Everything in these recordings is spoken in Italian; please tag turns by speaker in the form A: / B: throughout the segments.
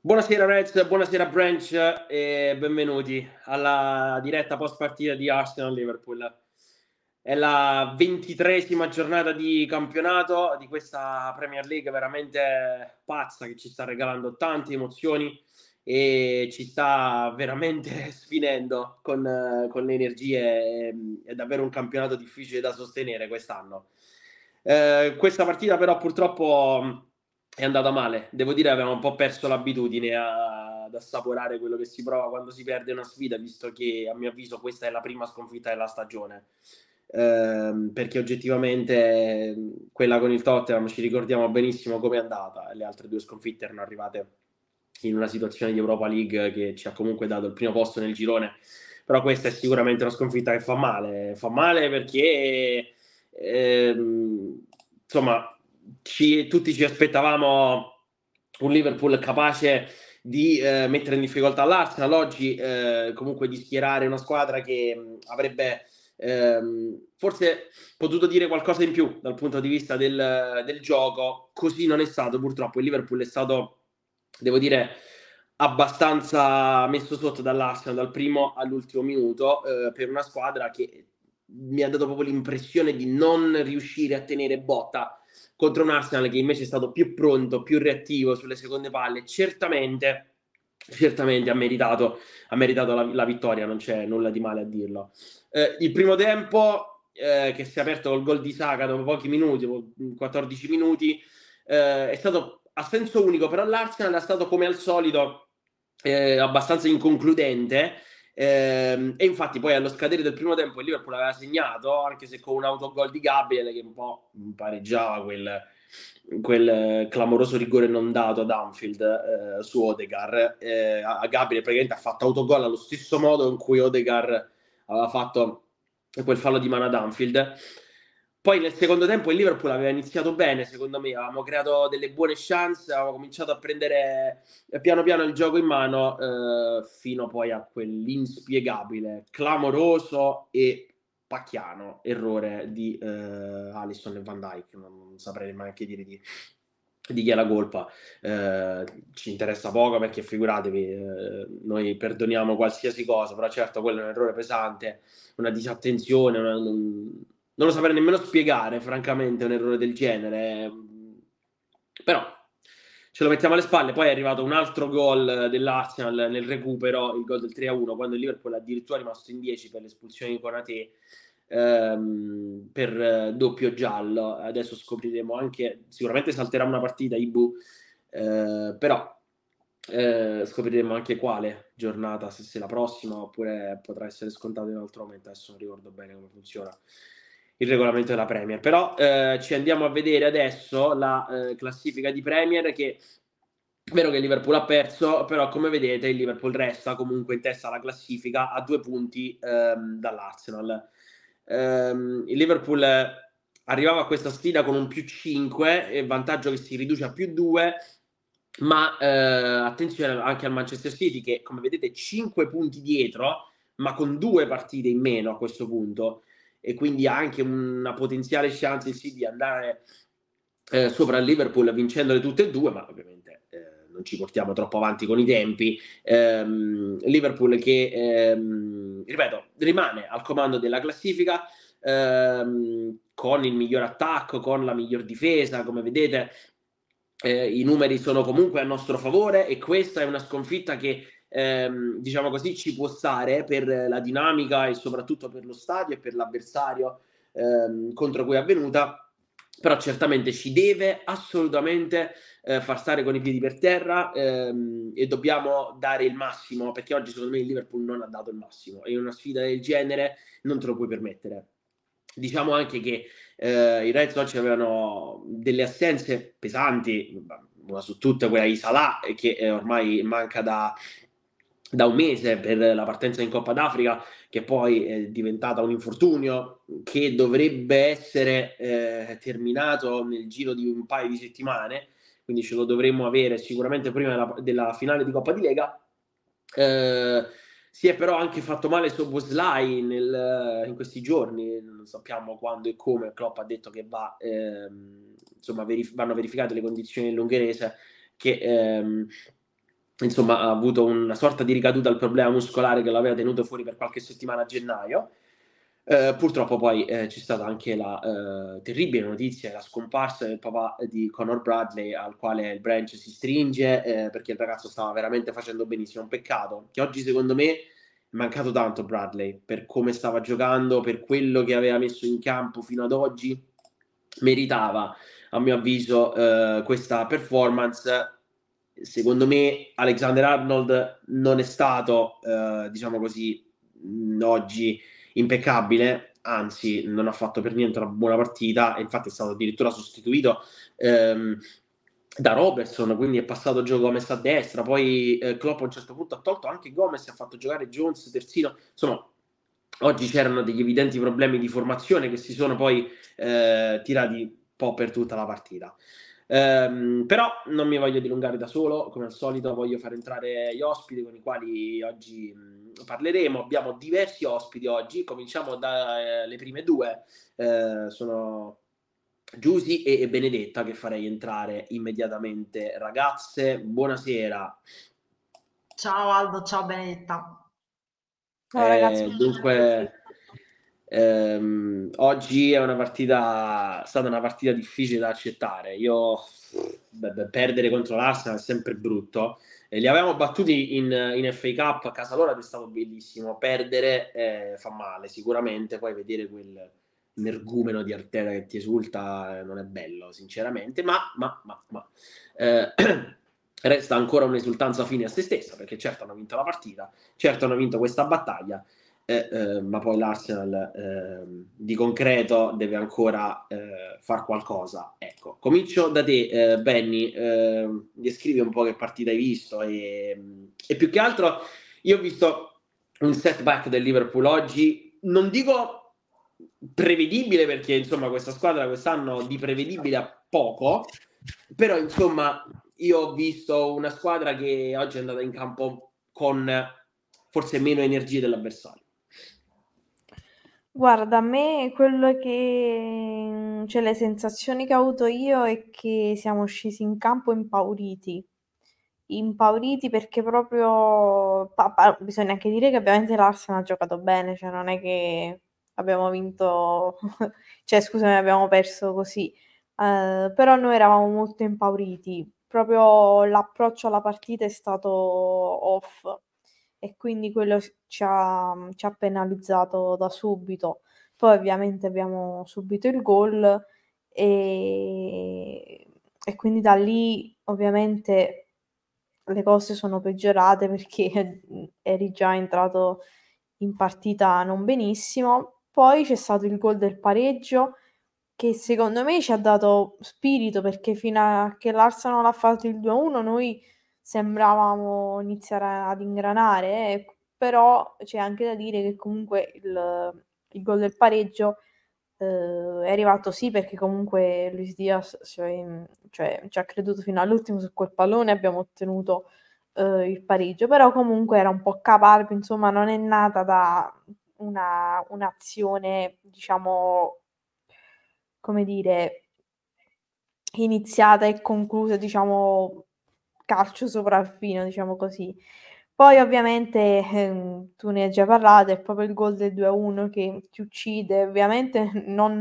A: Buonasera Reds, buonasera Branch e benvenuti alla diretta post partita di Arsenal-Liverpool. È la 23esima giornata di campionato di questa Premier League veramente pazza che ci sta regalando tante emozioni e ci sta veramente sfinendo con le energie. È davvero un campionato difficile da sostenere quest'anno. Questa partita però purtroppo è andata male. Devo dire avevamo un po' perso l'abitudine ad assaporare quello che si prova quando si perde una sfida, visto che a mio avviso questa è la prima sconfitta della stagione. Perché oggettivamente quella con il Tottenham ci ricordiamo benissimo com'è andata, le altre due sconfitte erano arrivate in una situazione di Europa League che ci ha comunque dato il primo posto nel girone, però questa è sicuramente una sconfitta che fa male perché insomma tutti ci aspettavamo un Liverpool capace di mettere in difficoltà l'Arsenal oggi, comunque di schierare una squadra che avrebbe forse potuto dire qualcosa in più dal punto di vista del gioco. Così non è stato purtroppo. Il Liverpool è stato, devo dire, abbastanza messo sotto dall'Arsenal dal primo all'ultimo minuto, per una squadra che mi ha dato proprio l'impressione di non riuscire a tenere botta contro un Arsenal che invece è stato più pronto, più reattivo sulle seconde palle. Certamente ha meritato la vittoria, non c'è nulla di male a dirlo. Il primo tempo, che si è aperto col gol di Saka dopo pochi minuti, 14 minuti, è stato a senso unico, però l'Arsenal è stato come al solito abbastanza inconcludente. E infatti poi allo scadere del primo tempo il Liverpool aveva segnato, anche se con un autogol di Gabriel che un po' pareggiava quel clamoroso rigore non dato ad Anfield su Odegaard. A Gabriel praticamente ha fatto autogol allo stesso modo in cui Odegaard aveva fatto quel fallo di mano ad Anfield. Poi nel secondo tempo il Liverpool aveva iniziato bene, secondo me, avevamo creato delle buone chance, avevamo cominciato a prendere piano piano il gioco in mano, fino poi a quell'inspiegabile, clamoroso e pacchiano errore di Alisson e Van Dijk. Non saprei neanche dire di chi è la colpa. Ci interessa poco perché figuratevi, noi perdoniamo qualsiasi cosa, però certo quello è un errore pesante, una disattenzione, non lo saprei nemmeno spiegare, francamente, un errore del genere. Però ce lo mettiamo alle spalle. Poi è arrivato un altro gol dell'Arsenal nel recupero, il gol del 3-1, quando il Liverpool è addirittura rimasto in 10 per l'espulsione di Konaté, per doppio giallo. Adesso scopriremo anche, sicuramente salterà una partita Ibu, però scopriremo anche quale giornata, se la prossima oppure potrà essere scontato in un altro momento. Adesso non ricordo bene come funziona il regolamento della Premier, però ci andiamo a vedere adesso la classifica di Premier, che è vero che il Liverpool ha perso, però come vedete il Liverpool resta comunque in testa alla classifica a 2 punti dall'Arsenal. Il Liverpool arrivava a questa sfida con un più 5 e vantaggio che si riduce a più 2, ma attenzione anche al Manchester City che, come vedete, 5 punti dietro, ma con 2 partite in meno a questo punto, e quindi ha anche una potenziale chance il City di andare sopra il Liverpool vincendole tutte e due, ma ovviamente non ci portiamo troppo avanti con i tempi. Liverpool che, ripeto, rimane al comando della classifica, con il miglior attacco, con la miglior difesa, come vedete. I numeri sono comunque a nostro favore e questa è una sconfitta che, diciamo così, ci può stare per la dinamica e soprattutto per lo stadio e per l'avversario contro cui è avvenuta, però certamente ci deve assolutamente far stare con i piedi per terra, e dobbiamo dare il massimo, perché oggi secondo me il Liverpool non ha dato il massimo e in una sfida del genere non te lo puoi permettere. Diciamo anche che i Red Sox avevano delle assenze pesanti, una su tutte quella di Salah, che ormai manca da un mese per la partenza in Coppa d'Africa, che poi è diventata un infortunio che dovrebbe essere terminato nel giro di un paio di settimane, quindi ce lo dovremmo avere sicuramente prima della finale di Coppa di Lega. Si è però anche fatto male Szoboszlai in questi giorni, non sappiamo quando e come. Klopp ha detto che insomma vanno verificate le condizioni dell'ungherese, che insomma ha avuto una sorta di ricaduta al problema muscolare che lo aveva tenuto fuori per qualche settimana a gennaio. Purtroppo poi c'è stata anche la terribile notizia, la scomparsa del papà di Conor Bradley, al quale il branch si stringe perché il ragazzo stava veramente facendo benissimo. Un peccato che oggi secondo me è mancato tanto Bradley per come stava giocando, per quello che aveva messo in campo fino ad oggi. Meritava, a mio avviso, questa performance. Secondo me Alexander Arnold non è stato, diciamo così, oggi impeccabile, anzi non ha fatto per niente una buona partita, e infatti è stato addirittura sostituito da Robertson, quindi è passato gioco Gomez a destra, poi Klopp a un certo punto ha tolto anche Gomez e ha fatto giocare Jones terzino, insomma oggi c'erano degli evidenti problemi di formazione che si sono poi tirati un po' per tutta la partita. Però non mi voglio dilungare da solo, come al solito voglio far entrare gli ospiti con i quali oggi parleremo. Abbiamo diversi ospiti oggi, cominciamo dalle prime due, sono Giusy e Benedetta, che farei entrare immediatamente. Ragazze, buonasera.
B: Ciao Aldo, ciao Benedetta.
C: Ciao ragazzi,
A: Dunque, oggi è stata una partita difficile da accettare. Perdere contro l'Arsenal è sempre brutto. Li avevamo battuti in FA Cup a casa loro ed è stato bellissimo. Perdere fa male sicuramente, poi vedere quel energumeno di Arteta che ti esulta non è bello, sinceramente, ma eh, resta ancora un'esultanza fine a se stessa, perché certo hanno vinto la partita, certo hanno vinto questa battaglia, ma poi l'Arsenal di concreto deve ancora far qualcosa. Ecco, comincio da te, Benny, descrivi un po' che partita hai visto e più che altro io ho visto un setback del Liverpool oggi, non dico prevedibile perché insomma questa squadra quest'anno di prevedibile ha poco, però insomma io ho visto una squadra che oggi è andata in campo con forse meno energie dell'avversario.
C: guarda, a me quello che, cioè le sensazioni che ho avuto io è che siamo scesi in campo impauriti perché proprio, bisogna anche dire che ovviamente l'Arsenal ha giocato bene, cioè non è che abbiamo vinto, cioè scusami, abbiamo perso così. Però noi eravamo molto impauriti, proprio l'approccio alla partita è stato off e quindi quello ci ha penalizzato da subito. Poi ovviamente abbiamo subito il gol e quindi da lì ovviamente le cose sono peggiorate perché eri già entrato in partita non benissimo. Poi c'è stato il gol del pareggio che secondo me ci ha dato spirito perché fino a che l'Arsenal ha fatto il 2-1 noi sembravamo iniziare ad ingranare, però c'è anche da dire che comunque il gol del pareggio è arrivato sì perché comunque Luis Diaz cioè, ci ha creduto fino all'ultimo su quel pallone, abbiamo ottenuto il pareggio, però comunque era un po' caparbio, insomma non è nata da un'azione, diciamo, come dire, iniziata e conclusa, diciamo, calcio sopraffino, diciamo così. Poi ovviamente tu ne hai già parlato, è proprio il gol del 2-1 che ti uccide, ovviamente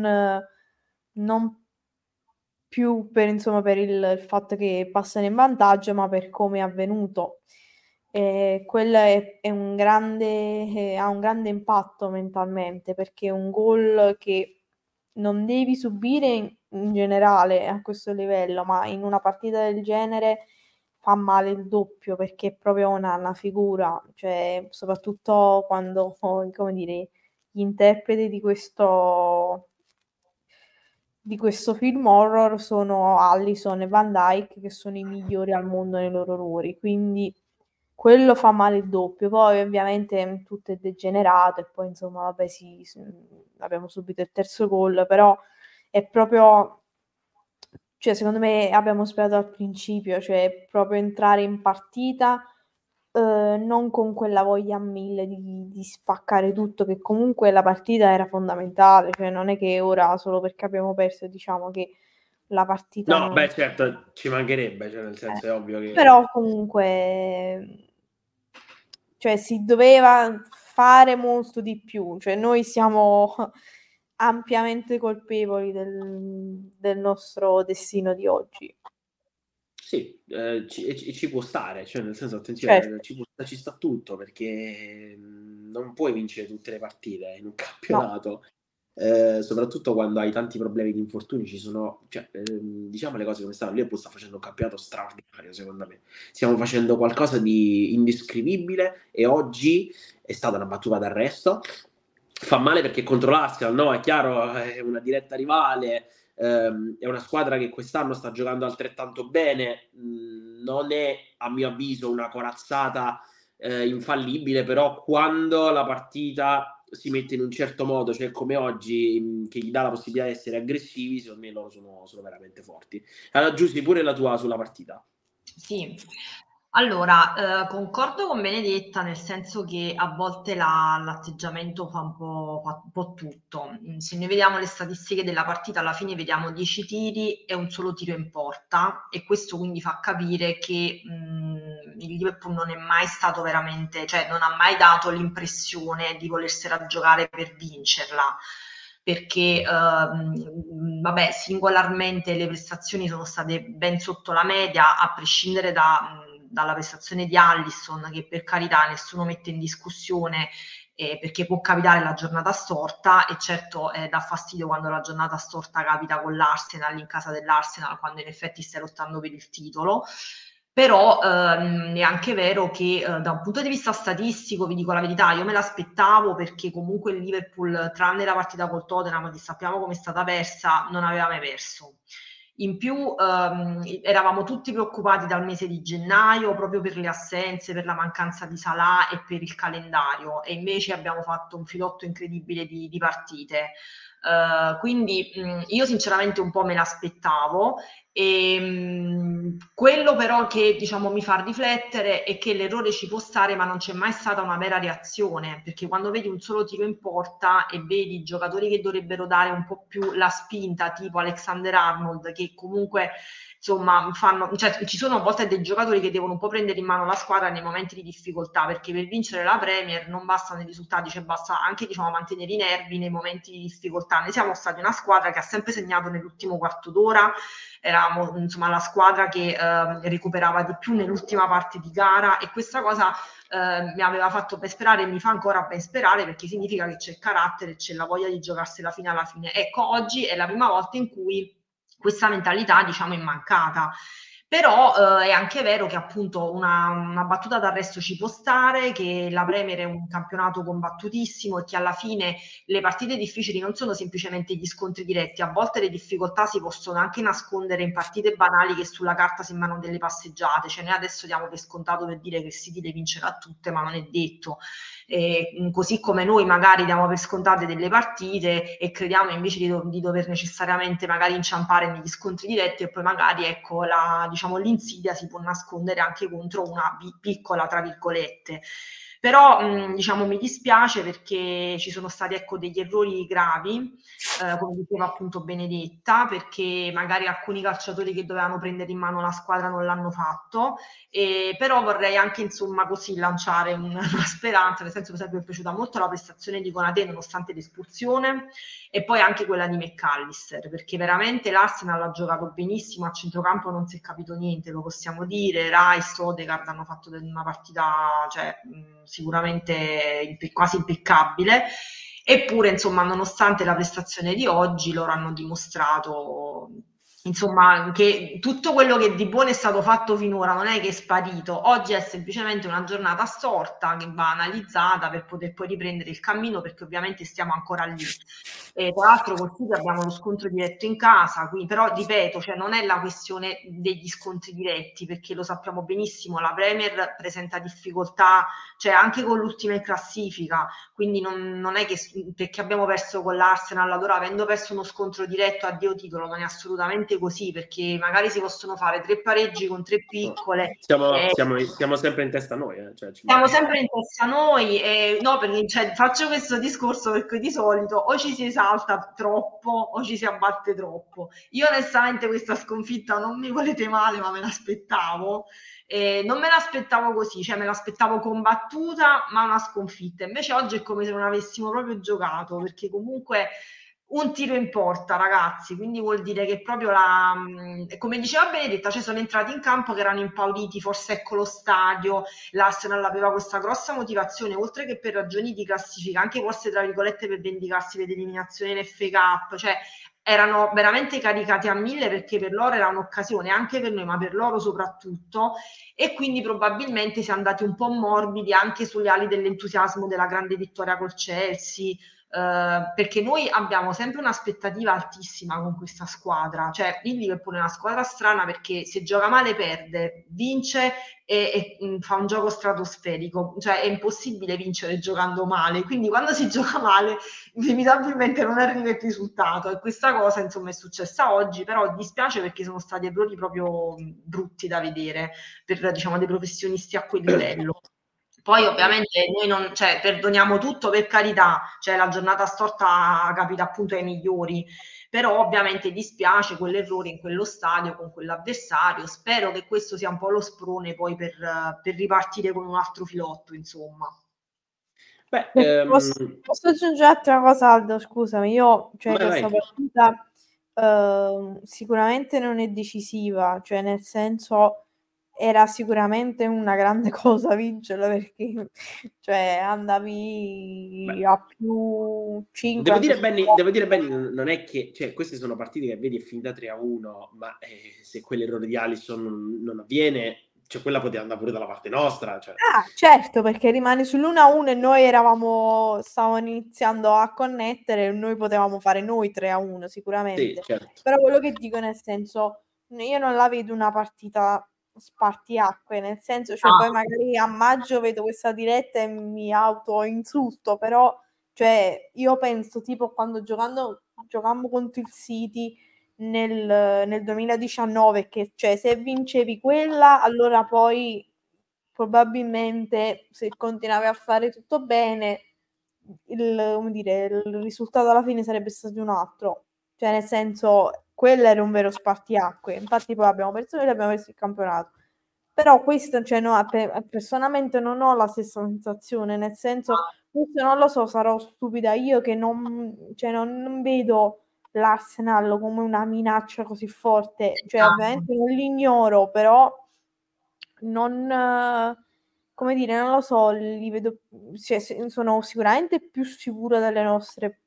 C: non più per, insomma, per il fatto che passano in vantaggio, ma per come è avvenuto. Quello è un grande, ha un grande impatto mentalmente perché è un gol che non devi subire in generale a questo livello, ma in una partita del genere fa male il doppio perché è proprio una figura, cioè soprattutto quando, come dire, gli interpreti di questo film horror sono Allison e Van Dyke, che sono i migliori al mondo nei loro ruoli, quindi quello fa male il doppio. Poi ovviamente tutto è degenerato e poi insomma vabbè abbiamo subito il terzo gol, però è proprio, cioè secondo me abbiamo sperato al principio, cioè proprio entrare in partita non con quella voglia a mille di spaccare tutto, che comunque la partita era fondamentale, cioè non è che ora solo perché abbiamo perso diciamo che la partita
A: No,
C: non...
A: beh, certo, ci mancherebbe, cioè nel senso è ovvio che...
C: Però comunque, cioè, si doveva fare molto di più, cioè noi siamo ampiamente colpevoli del nostro destino di oggi.
A: Sì, ci può stare, cioè nel senso, attenzione,
C: Certo.
A: ci sta tutto, perché non puoi vincere tutte le partite in un
C: No,
A: campionato, soprattutto quando hai tanti problemi di infortuni. Ci sono, cioè, diciamo le cose come stanno. Il Liverpool sta facendo un campionato straordinario, secondo me. Stiamo facendo qualcosa di indescrivibile e oggi è stata una battuta d'arresto. Fa male perché contro l'Arsenal, no? È chiaro, è una diretta rivale, è una squadra che quest'anno sta giocando altrettanto bene, non è a mio avviso una corazzata infallibile, però quando la partita si mette in un certo modo, cioè come oggi, che gli dà la possibilità di essere aggressivi, secondo me loro sono veramente forti. Allora, Giussi, pure la tua sulla partita.
B: Sì, allora, concordo con Benedetta nel senso che a volte l'atteggiamento fa un po' tutto. Se noi vediamo le statistiche della partita, alla fine vediamo 10 tiri e un solo tiro in porta, e questo quindi fa capire che il Liverpool non è mai stato veramente, cioè non ha mai dato l'impressione di volersela giocare per vincerla, perché vabbè, singolarmente le prestazioni sono state ben sotto la media, a prescindere dalla prestazione di Alisson, che per carità nessuno mette in discussione, perché può capitare la giornata storta, e certo dà fastidio quando la giornata storta capita con l'Arsenal, in casa dell'Arsenal, quando in effetti stai lottando per il titolo. Però è anche vero che da un punto di vista statistico, vi dico la verità, io me l'aspettavo, perché comunque il Liverpool, tranne la partita col Tottenham, che sappiamo come è stata persa, non aveva mai perso. In più eravamo tutti preoccupati dal mese di gennaio, proprio per le assenze, per la mancanza di Salah e per il calendario, e invece abbiamo fatto un filotto incredibile di partite. Quindi io sinceramente un po' me l'aspettavo, e quello però che diciamo mi fa riflettere è che l'errore ci può stare, ma non c'è mai stata una vera reazione, perché quando vedi un solo tiro in porta e vedi giocatori che dovrebbero dare un po' più la spinta, tipo Alexander-Arnold, che comunque insomma cioè, ci sono a volte dei giocatori che devono un po' prendere in mano la squadra nei momenti di difficoltà, perché per vincere la Premier non bastano i risultati, cioè basta anche diciamo mantenere i nervi nei momenti di difficoltà. Noi siamo stati una squadra che ha sempre segnato nell'ultimo quarto d'ora, eravamo insomma la squadra che recuperava di più nell'ultima parte di gara, e questa cosa mi aveva fatto ben sperare, e mi fa ancora ben sperare, perché significa che c'è carattere, c'è la voglia di giocarsela fino alla fine. Ecco, oggi è la prima volta in cui questa mentalità diciamo è mancata. Però è anche vero che appunto una battuta d'arresto ci può stare, che la Premier è un campionato combattutissimo, e che alla fine le partite difficili non sono semplicemente gli scontri diretti, a volte le difficoltà si possono anche nascondere in partite banali che sulla carta sembrano delle passeggiate. Cioè noi adesso diamo per scontato, per dire che il City le vincerà tutte, ma non è detto. Così come noi magari diamo per scontate delle partite e crediamo invece di dover necessariamente magari inciampare negli scontri diretti, e poi magari ecco diciamo, l'insidia si può nascondere anche contro una piccola, tra virgolette. Però diciamo mi dispiace, perché ci sono stati ecco degli errori gravi, come diceva appunto Benedetta, perché magari alcuni calciatori che dovevano prendere in mano la squadra non l'hanno fatto. Però vorrei anche insomma così lanciare una speranza, nel senso che mi è piaciuta molto la prestazione di Konaté nonostante l'espulsione, e poi anche quella di McAllister, perché veramente l'Arsenal ha giocato benissimo a centrocampo, non si è capito niente, lo possiamo dire. Rice, Odegaard hanno fatto una partita, cioè, sicuramente quasi impeccabile. Eppure, insomma, nonostante la prestazione di oggi, loro hanno dimostrato, insomma, che tutto quello che di buono è stato fatto finora non è che è sparito. Oggi è semplicemente una giornata storta che va analizzata per poter poi riprendere il cammino, perché ovviamente stiamo ancora lì. Tra l'altro col City abbiamo lo scontro diretto in casa, quindi, però ripeto, cioè, non è la questione degli scontri diretti, perché lo sappiamo benissimo, la Premier presenta difficoltà, cioè anche con l'ultima in classifica, quindi non è che perché abbiamo perso con l'Arsenal, allora avendo perso uno scontro diretto, addio titolo, non è assolutamente rimanesse così, perché magari si possono fare 3 pareggi con 3 piccole.
A: Siamo sempre in testa noi, cioè,
B: Siamo sempre in testa noi, no, perché cioè, faccio questo discorso perché di solito o ci si esalta troppo o ci si abbatte troppo. Io onestamente questa sconfitta, non mi volete male, ma me l'aspettavo. Non me l'aspettavo così, cioè me l'aspettavo combattuta, ma una sconfitta. Invece oggi è come se non avessimo proprio giocato, perché comunque un tiro in porta, ragazzi, quindi vuol dire che proprio come diceva Benedetta, cioè sono entrati in campo che erano impauriti, forse ecco lo stadio, l'Arsenal aveva questa grossa motivazione, oltre che per ragioni di classifica, anche forse tra virgolette per vendicarsi per l'eliminazione in FA Cup, cioè erano veramente caricati a 1000 perché per loro era un'occasione, anche per noi, ma per loro soprattutto, e quindi probabilmente si è andati un po' morbidi anche sulle ali dell'entusiasmo della grande vittoria col Chelsea, perché noi abbiamo sempre un'aspettativa altissima con questa squadra, cioè il Liverpool è una squadra strana perché se gioca male perde, vince e fa un gioco stratosferico, cioè è impossibile vincere giocando male, quindi quando si gioca male inevitabilmente non arriva il risultato, e questa cosa insomma è successa oggi, però dispiace perché sono stati errori proprio brutti da vedere per, diciamo, dei professionisti a quel livello. Poi ovviamente noi non, cioè, perdoniamo tutto, per carità, cioè la giornata storta capita appunto ai migliori, però ovviamente dispiace quell'errore in quello stadio con quell'avversario. Spero che questo sia un po' lo sprone poi per ripartire con un altro filotto, insomma.
A: Beh,
C: posso aggiungere una cosa, Aldo, scusami, io, cioè, questa partita sicuramente non è decisiva, cioè nel senso era sicuramente una grande cosa vincerla, perché cioè andavi a più 5.
A: Devo dire Benny, non è che, cioè, queste sono partite che vedi è finita 3-1, ma se quell'errore di Alisson non avviene, cioè quella poteva andare pure dalla parte nostra, cioè.
C: Certo, perché rimane sull'1-1 e noi stavamo iniziando a connettere e noi potevamo fare noi 3-1 sicuramente.
A: Sì, certo.
C: Però quello che dico, nel senso, io non la vedo una partita spartiacque, nel senso, cioè poi magari a maggio vedo questa diretta e mi auto-insulto, però cioè io penso tipo quando giocammo contro il City nel 2019, che cioè se vincevi quella allora poi probabilmente se continuavi a fare tutto bene il risultato alla fine sarebbe stato un altro, cioè nel senso quello era un vero spartiacque, infatti poi abbiamo perso il campionato, però questo, cioè no, personalmente non ho la stessa sensazione, nel senso, forse non lo so, sarò stupida io che non vedo l'Arsenal come una minaccia così forte, cioè ovviamente non l'ignoro, però non, come dire, non lo so, li vedo, cioè, sono sicuramente più sicura delle nostre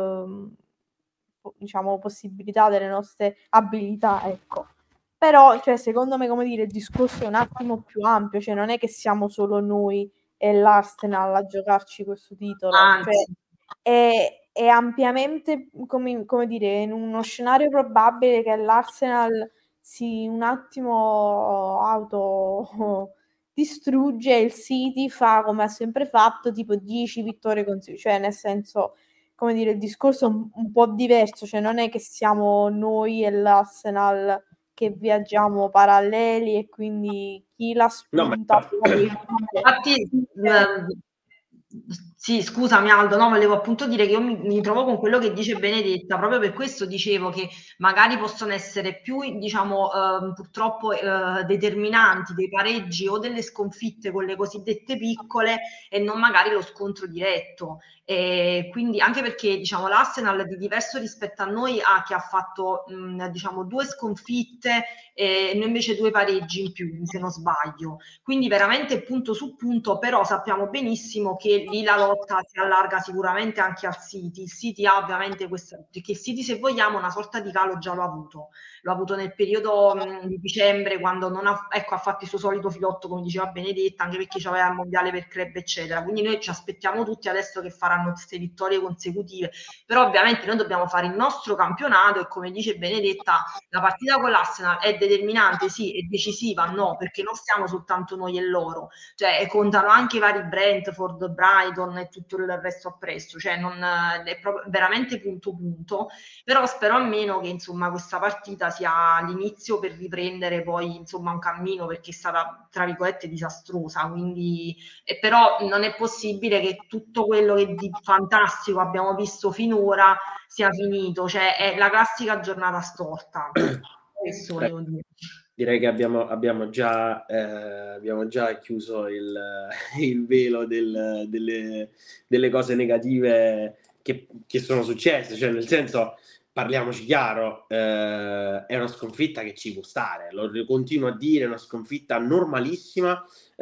C: diciamo possibilità, delle nostre abilità, ecco. Però, cioè, secondo me, come dire, il discorso è un attimo più ampio, cioè non è che siamo solo noi e l'Arsenal a giocarci questo titolo, cioè è ampiamente, come dire, in uno scenario probabile che l'Arsenal si un attimo distrugge e il City fa come ha sempre fatto, tipo 10 vittorie consecutive, cioè nel senso, come dire, il discorso è un po' diverso, cioè non è che siamo noi e l'Arsenal che viaggiamo paralleli e quindi chi la spunta poi.
B: Infatti, sì, scusami Aldo, no, volevo appunto dire che io mi trovo con quello che dice Benedetta, proprio per questo dicevo che magari possono essere più, diciamo, purtroppo determinanti dei pareggi o delle sconfitte con le cosiddette piccole e non magari lo scontro diretto. E quindi anche perché, diciamo, l'Arsenal di diverso rispetto a noi che ha fatto, diciamo, 2 sconfitte e noi invece 2 pareggi in più, se non sbaglio. Quindi veramente punto su punto, però sappiamo benissimo che lì la lotta si allarga sicuramente anche al City. Il City ha ovviamente questa, perché il City, se vogliamo, una sorta di calo già l'ha avuto nel periodo di dicembre, quando non ha, ecco, ha fatto il suo solito filotto, come diceva Benedetta, anche perché c'aveva il mondiale per club eccetera, quindi noi ci aspettiamo tutti adesso che faranno queste vittorie consecutive, però ovviamente noi dobbiamo fare il nostro campionato e come dice Benedetta la partita con l'Arsenal è determinante, sì, è decisiva, no, perché non siamo soltanto noi e loro, cioè contano anche i vari Brentford, Brighton, non è tutto il resto appresso, cioè non è proprio veramente punto, però spero almeno che insomma questa partita sia l'inizio per riprendere poi insomma un cammino, perché è stata tra virgolette disastrosa, quindi però non è possibile che tutto quello che di fantastico abbiamo visto finora sia finito, cioè è la classica giornata storta. Questo volevo dire.
A: Direi che abbiamo già chiuso il velo delle cose negative che sono successe, cioè nel senso, parliamoci chiaro, è una sconfitta che ci può stare, lo continuo a dire, è una sconfitta normalissima,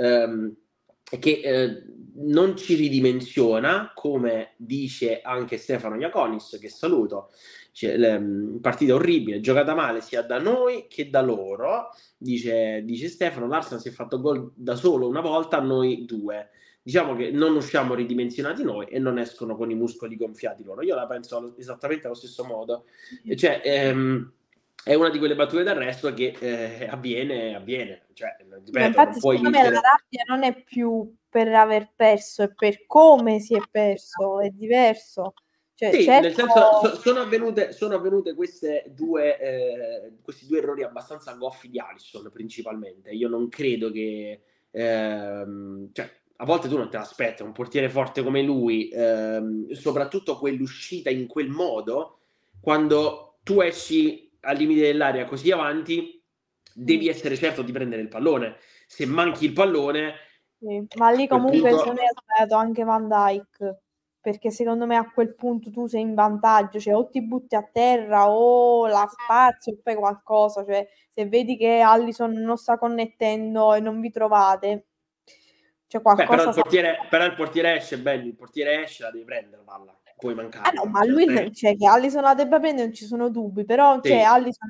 A: che non ci ridimensiona, come dice anche Stefano Iaconis, che saluto. Partita orribile, giocata male sia da noi che da loro, dice Stefano. L'Arsenal si è fatto gol da solo una volta, noi due. Diciamo che non usciamo ridimensionati noi e non escono con i muscoli gonfiati loro. Io la penso esattamente allo stesso modo. Cioè, è una di quelle battute d'arresto che avviene. Cioè, ripeto,
C: infatti,
A: non puoi
C: secondo me la rabbia non è più per aver perso, è per come si è perso, è diverso. Cioè,
A: sì,
C: certo...
A: nel senso sono avvenute questi due errori abbastanza goffi di Alisson principalmente. Io non credo che cioè, a volte tu non te l'aspetti, un portiere forte come lui, soprattutto quell'uscita in quel modo, quando tu esci al limite dell'area così avanti, devi essere certo di prendere il pallone. Se manchi il pallone,
C: sì, ma lì comunque secondo me ha sbagliato anche Van Dijk, perché secondo me a quel punto tu sei in vantaggio, cioè o ti butti a terra o la spazi o fai qualcosa, cioè se vedi che Alisson non sta connettendo e non vi trovate, cioè qualcosa...
A: però il portiere esce, bello, il portiere esce, la devi prendere la palla, puoi mancare.
C: no, ma lui, cioè, che Alisson la debba prendere non ci sono dubbi, però
A: sì.
C: cioè, Alisson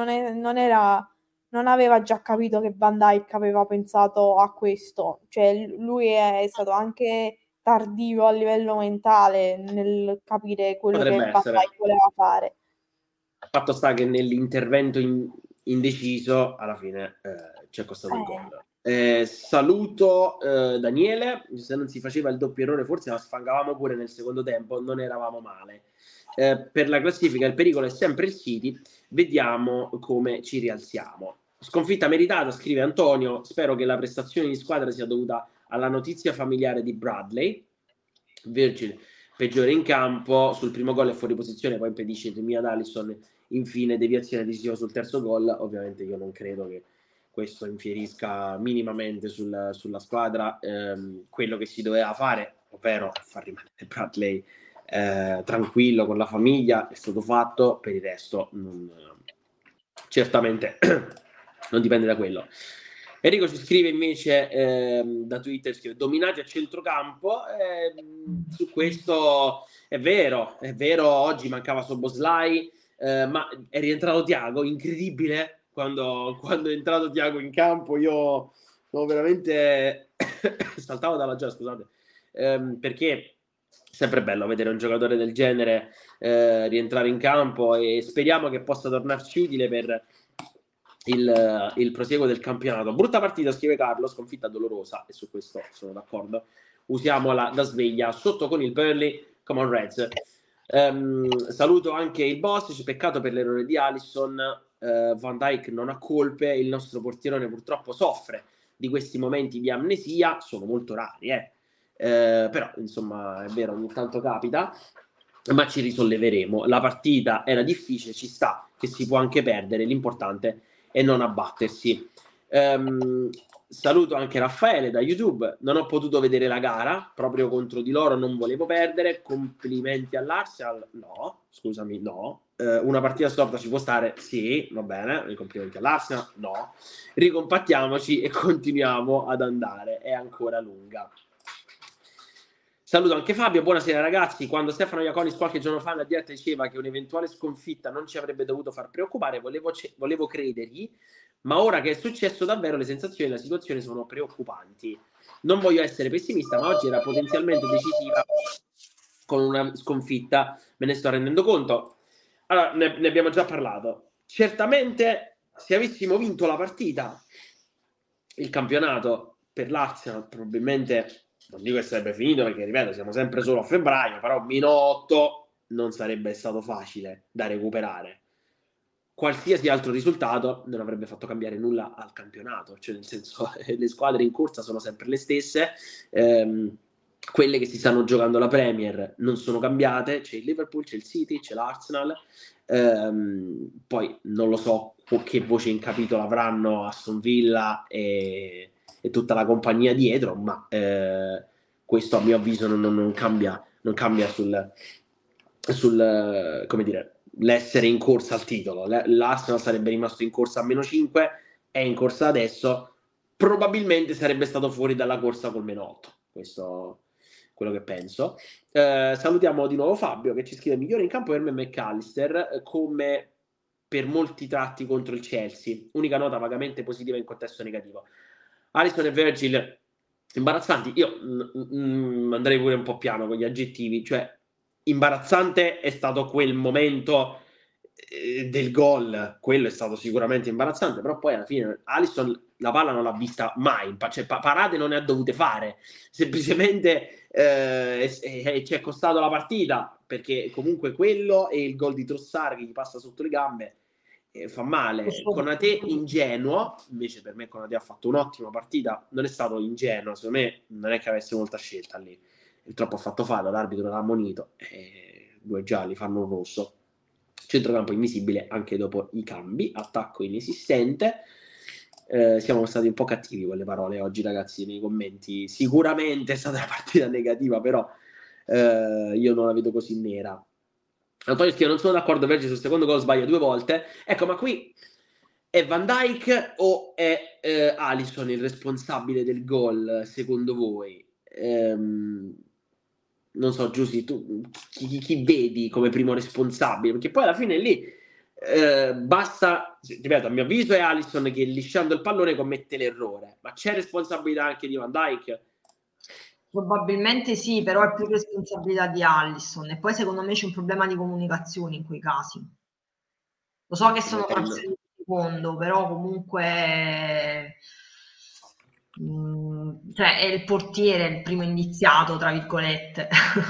C: non aveva già capito che Van Dijk aveva pensato a questo, cioè lui è stato anche tardivo a livello mentale nel capire quello
A: Potrebbe
C: che Van Dijk voleva fare.
A: Fatto sta che nell'intervento indeciso alla fine ci è costato il gol. Saluto Daniele, se non si faceva il doppio errore forse la sfangavamo pure nel secondo tempo, non eravamo male. Per la classifica il pericolo è sempre il City, vediamo come ci rialziamo. Sconfitta meritata, scrive Antonio, spero che la prestazione di squadra sia dovuta alla notizia familiare di Bradley. Virgil peggiore in campo, sul primo gol è fuori posizione, poi impedisce il mio ad Alisson, infine deviazione decisiva sul terzo gol. Ovviamente io non credo che questo infierisca minimamente sulla squadra. Quello che si doveva fare, ovvero far rimanere Bradley tranquillo con la famiglia, è stato fatto. Per il resto certamente non dipende da quello. Enrico ci scrive invece da Twitter, scrive dominati a centrocampo, su questo è vero, oggi mancava Szoboszlai, ma è rientrato Thiago, incredibile, quando è entrato Thiago in campo io sono veramente saltavo dalla gioia, scusate, perché è sempre bello vedere un giocatore del genere rientrare in campo, e speriamo che possa tornarci utile per il prosieguo del campionato. Brutta partita, scrive Carlo, sconfitta dolorosa, e su questo sono d'accordo. Usiamola da sveglia sotto con il Burnley. Come on Reds. Saluto anche il Boss, peccato per l'errore di Alisson. Van Dijk non ha colpe, il nostro portierone purtroppo soffre di questi momenti di amnesia, sono molto rari, però insomma è vero, ogni tanto capita, ma ci risolleveremo. La partita era difficile, ci sta che si può anche perdere, l'importante è non abbattersi. Saluto anche Raffaele da YouTube, non ho potuto vedere la gara proprio contro di loro, non volevo perdere. Complimenti all'Arsenal, no, scusami, no. Una partita storta ci può stare, sì, va bene, complimenti all'Arsenal, no. Ricompattiamoci e continuiamo ad andare, è ancora lunga. Saluto anche Fabio, buonasera ragazzi. Quando Stefano Iaconis qualche giorno fa nella diretta diceva che un'eventuale sconfitta non ci avrebbe dovuto far preoccupare, volevo credergli, ma ora che è successo davvero le sensazioni e la situazione sono preoccupanti. Non voglio essere pessimista, ma oggi era potenzialmente decisiva con una sconfitta, me ne sto rendendo conto. Allora, ne abbiamo già parlato. Certamente, se avessimo vinto la partita, il campionato per l'Arsenal probabilmente non dico che sarebbe finito perché, ripeto, siamo sempre solo a febbraio, però -8 non sarebbe stato facile da recuperare. Qualsiasi altro risultato non avrebbe fatto cambiare nulla al campionato, cioè nel senso le squadre in corsa sono sempre le stesse, quelle che si stanno giocando la Premier non sono cambiate, c'è il Liverpool, c'è il City, c'è l'Arsenal, poi non lo so che voce in capitolo avranno Aston Villa e tutta la compagnia dietro, ma questo a mio avviso non cambia sul come dire, l'essere in corsa al titolo. L'Arsenal sarebbe rimasto in corsa a -5, è in corsa adesso, probabilmente sarebbe stato fuori dalla corsa col -8. Questo è quello che penso. Salutiamo di nuovo Fabio che ci scrive: migliore in campo per me McAllister, come per molti tratti contro il Chelsea. Unica nota vagamente positiva in contesto negativo. Alisson e Virgil imbarazzanti. Io andrei pure un po' piano con gli aggettivi, cioè imbarazzante è stato quel momento del gol, quello è stato sicuramente imbarazzante, però poi alla fine Alisson la palla non l'ha vista mai, cioè parate non ne ha dovute fare, semplicemente ci è costato la partita, perché comunque quello e il gol di Trossard che gli passa sotto le gambe fa male. Konaté ingenuo, invece per me Konaté ha fatto un'ottima partita, non è stato ingenuo, secondo me non è che avesse molta scelta lì, purtroppo ha fatto fallo, l'arbitro l'ha ammonito, 2 gialli fanno un rosso. Centrocampo invisibile anche dopo i cambi, attacco inesistente. Siamo stati un po' cattivi con le parole oggi, ragazzi, nei commenti. Sicuramente è stata una partita negativa, però io non la vedo così nera. Antonio scrive: non sono d'accordo, Verge sul secondo gol sbaglia 2 volte. Ecco, ma qui è Van Dijk o è Alisson il responsabile del gol, secondo voi? Non so, Giusy, tu chi vedi come primo responsabile? Perché poi alla fine lì basta, ripeto, a mio avviso è Alisson che lisciando il pallone commette l'errore, ma c'è responsabilità anche di Van Dijk?
B: Probabilmente sì, però è più responsabilità di Alisson e poi secondo me c'è un problema di comunicazione in quei casi. Lo so che sono frazioni di secondo, però comunque cioè è il portiere il primo indiziato, tra virgolette.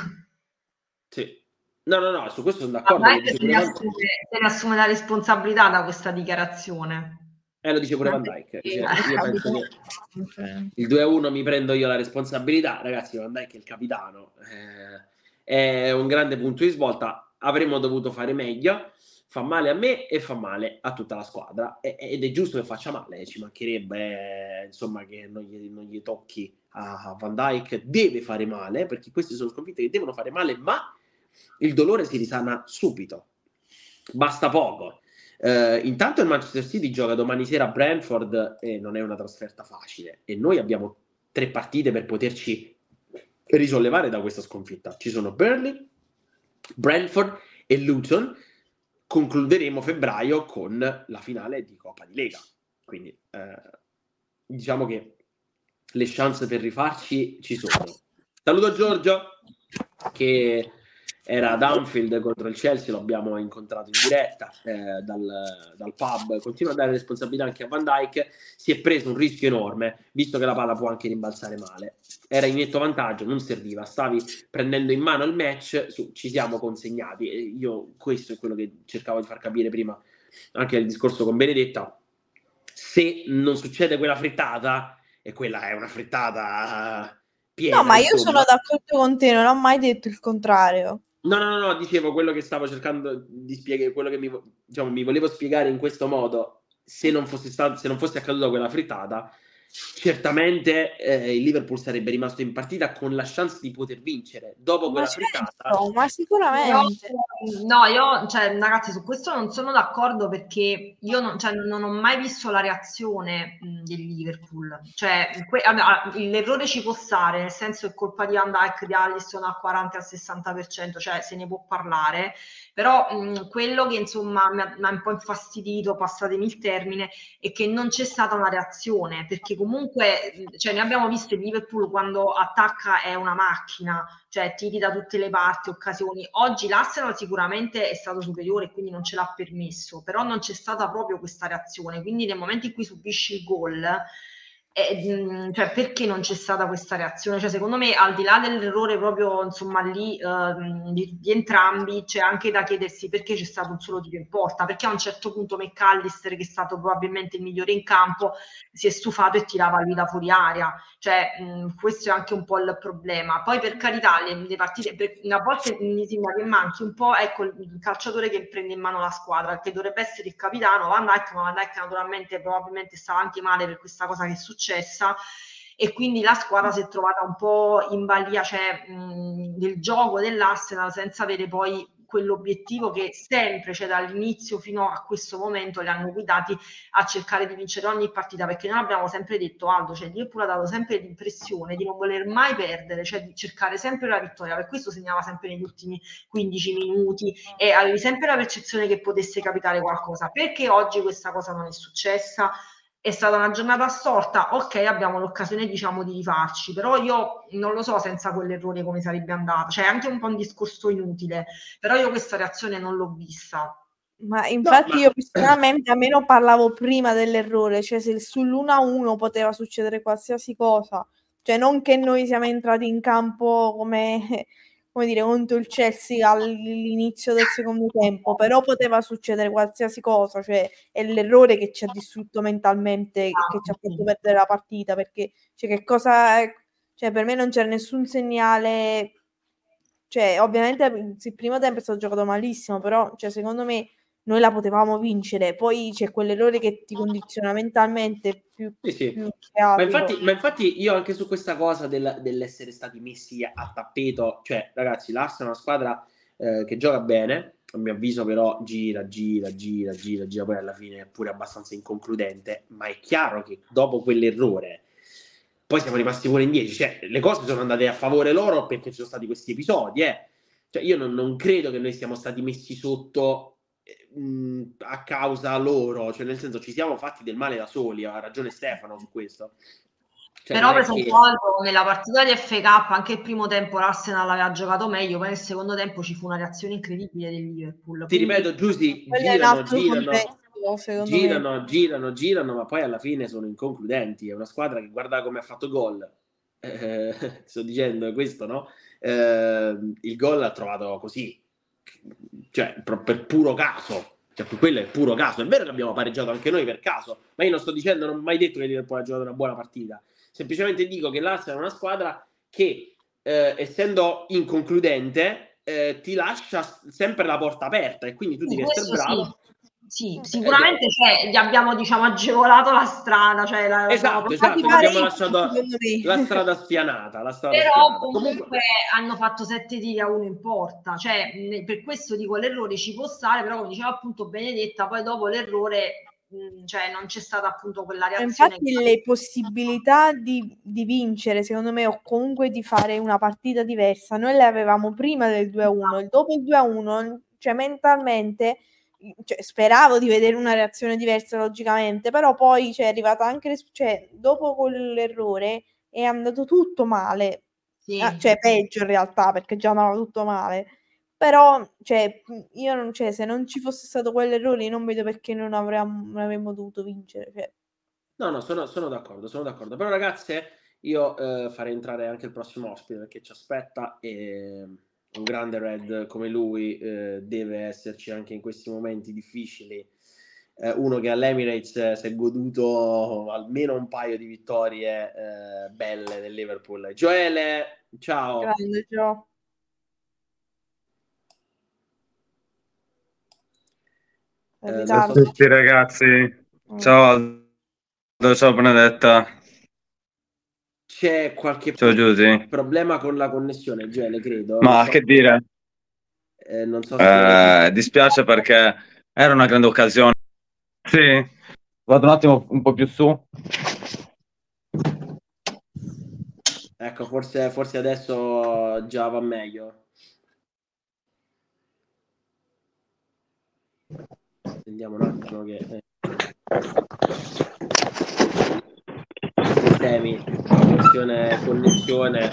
A: Sì. No, su questo sono d'accordo.
B: Vabbè, se ne assume la responsabilità da questa dichiarazione.
A: Lo dice pure Van Dijk. Cioè, io penso che il 2-1 mi prendo io la responsabilità. Ragazzi, Van Dijk è il capitano. È un grande punto di svolta. Avremmo dovuto fare meglio. Fa male a me e fa male a tutta la squadra. Ed è giusto che faccia male. Ci mancherebbe insomma che non gli tocchi a Van Dijk. Deve fare male, perché questi sono sconfitte che devono fare male, ma il dolore si risana subito. Basta poco. Intanto il Manchester City gioca domani sera a Brentford e non è una trasferta facile e noi abbiamo 3 partite per poterci risollevare da questa sconfitta. Ci sono Burnley, Brentford e Luton. Concluderemo febbraio con la finale di Coppa di Lega, quindi diciamo che le chance per rifarci ci sono. Saluto Giorgio che era ad Anfield contro il Chelsea, lo abbiamo incontrato in diretta dal pub. Continua a dare responsabilità anche a Van Dijk. Si è preso un rischio enorme, visto che la palla può anche rimbalzare male. Era in netto vantaggio, non serviva, stavi prendendo in mano il match, ci siamo consegnati. E io questo è quello che cercavo di far capire prima anche nel discorso con Benedetta. Se non succede quella frittata, e quella è una frittata piena,
C: no, ma io
A: insomma.
C: sono d'accordo con te, non ho mai detto il contrario.
A: No, dicevo quello che stavo cercando di spiegare, quello che mi volevo spiegare in questo modo. Se non fosse accaduta quella frittata, certamente il Liverpool sarebbe rimasto in partita con la chance di poter vincere. Dopo quella frittata,
C: ma sicuramente.
B: Io, cioè, ragazzi, su questo non sono d'accordo perché io non ho mai visto la reazione del Liverpool. Cioè, l'errore ci può stare, nel senso è colpa di Van Dijk, di Alisson al 40 al 60%, cioè se ne può parlare. Però quello che insomma mi ha un po' infastidito, passatemi il termine, è che non c'è stata una reazione, perché comunque cioè, noi abbiamo visto il Liverpool quando attacca è una macchina, cioè tiri da tutte le parti, occasioni. Oggi l'Arsenal sicuramente è stato superiore, quindi non ce l'ha permesso, però non c'è stata proprio questa reazione, quindi nel momento in cui subisci il gol Cioè, perché non c'è stata questa reazione? Cioè, secondo me, al di là dell'errore proprio, insomma, lì di entrambi, c'è anche da chiedersi perché c'è stato un solo tiro in porta, perché a un certo punto McAllister, che è stato probabilmente il migliore in campo, si è stufato e tirava lui da fuori aria. Cioè, questo è anche un po' il problema. Poi, per carità, le partite, a volte mi sembra che manchi un po', ecco, il calciatore che prende in mano la squadra, che dovrebbe essere il capitano Van Dijk, ma Van Dijk naturalmente probabilmente stava anche male per questa cosa che è successa, e quindi la squadra si è trovata un po' in balia, cioè del gioco dell'Arsenal, senza avere poi quell'obiettivo che sempre, cioè dall'inizio fino a questo momento, li hanno guidati a cercare di vincere ogni partita, perché noi abbiamo sempre detto, Aldo, cioè Liverpool ha dato sempre l'impressione di non voler mai perdere, cioè di cercare sempre la vittoria, per questo segnava sempre negli ultimi 15 minuti e avevi sempre la percezione che potesse capitare qualcosa. Perché oggi questa cosa non è successa? È stata una giornata storta, ok, abbiamo l'occasione, diciamo, di rifarci, però io non lo so senza quell'errore come sarebbe andata, cioè è anche un po' un discorso inutile, però io questa reazione non l'ho vista.
C: Ma infatti io personalmente almeno parlavo prima dell'errore, cioè se sull'1-1 poteva succedere qualsiasi cosa, cioè non che noi siamo entrati in campo come dire contro il Chelsea all'inizio del secondo tempo, però poteva succedere qualsiasi cosa, cioè è l'errore che ci ha distrutto mentalmente, che ci ha fatto perdere la partita, perché cioè, che cosa, cioè per me non c'era nessun segnale, cioè ovviamente il primo tempo è stato giocato malissimo, però cioè, secondo me noi la potevamo vincere, poi c'è quell'errore che ti condiziona mentalmente più che altro.
A: Ma infatti io anche su questa cosa dell'essere stati messi a tappeto, cioè ragazzi, l'Arsenal è una squadra che gioca bene, a mio avviso però gira, poi alla fine è pure abbastanza inconcludente, ma è chiaro che dopo quell'errore poi siamo rimasti pure in 10, cioè le cose sono andate a favore loro perché ci sono stati questi episodi, Cioè io non credo che noi siamo stati messi sotto a causa loro, cioè nel senso ci siamo fatti del male da soli, ha ragione Stefano su questo. Cioè,
B: però per esempio nella partita di FA Cup anche il primo tempo l'Arsenal aveva giocato meglio, poi nel secondo tempo ci fu una reazione incredibile del Liverpool.
A: Ti ripeto, Giusy, girano, ma poi alla fine sono inconcludenti. È una squadra che guarda come ha fatto gol. Sto dicendo questo, no? Il gol ha trovato così, cioè per puro caso. Cioè, quello è puro caso. È vero che abbiamo pareggiato anche noi per caso, ma io non sto dicendo, non ho mai detto che il Liverpool ha giocato una buona partita. Semplicemente dico che l'Arsenal è una squadra che, essendo inconcludente, ti lascia sempre la porta aperta e quindi tu devi essere bravo.
B: Sì, sicuramente gli abbiamo, diciamo, agevolato la strada, cioè
A: esatto, abbiamo lasciato la strada spianata.
B: Però comunque hanno fatto 7-1 in porta, cioè per questo dico l'errore ci può stare, però come diceva appunto Benedetta, poi dopo l'errore cioè non c'è stata appunto quella reazione.
C: Infatti le possibilità di vincere secondo me o comunque di fare una partita diversa noi le avevamo prima del 2-1 e dopo il 2-1 cioè mentalmente speravo di vedere una reazione diversa logicamente, però poi è arrivata anche dopo quell'errore è andato tutto male, cioè peggio in realtà perché già andava tutto male. Però, io non, se non ci fosse stato quell'errore, io non vedo perché non avremmo dovuto vincere.
A: No, sono d'accordo. Però ragazze, io farei entrare anche il prossimo ospite perché ci aspetta e un grande Red come lui deve esserci anche in questi momenti difficili. Uno che all'Emirates si è goduto almeno un paio di vittorie belle del Liverpool. Gioele, ciao.
C: Grande, ciao.
D: Ciao a tutti ragazzi, ciao Aldo, ciao Benedetta.
A: C'è qualche problema con la connessione, Gioele, credo.
D: Ma che dire?
A: Non so
D: dispiace perché era una grande occasione. Sì, vado un attimo un po' più su.
A: Ecco, forse adesso già va meglio. Vediamo un attimo che sistemi, connessione.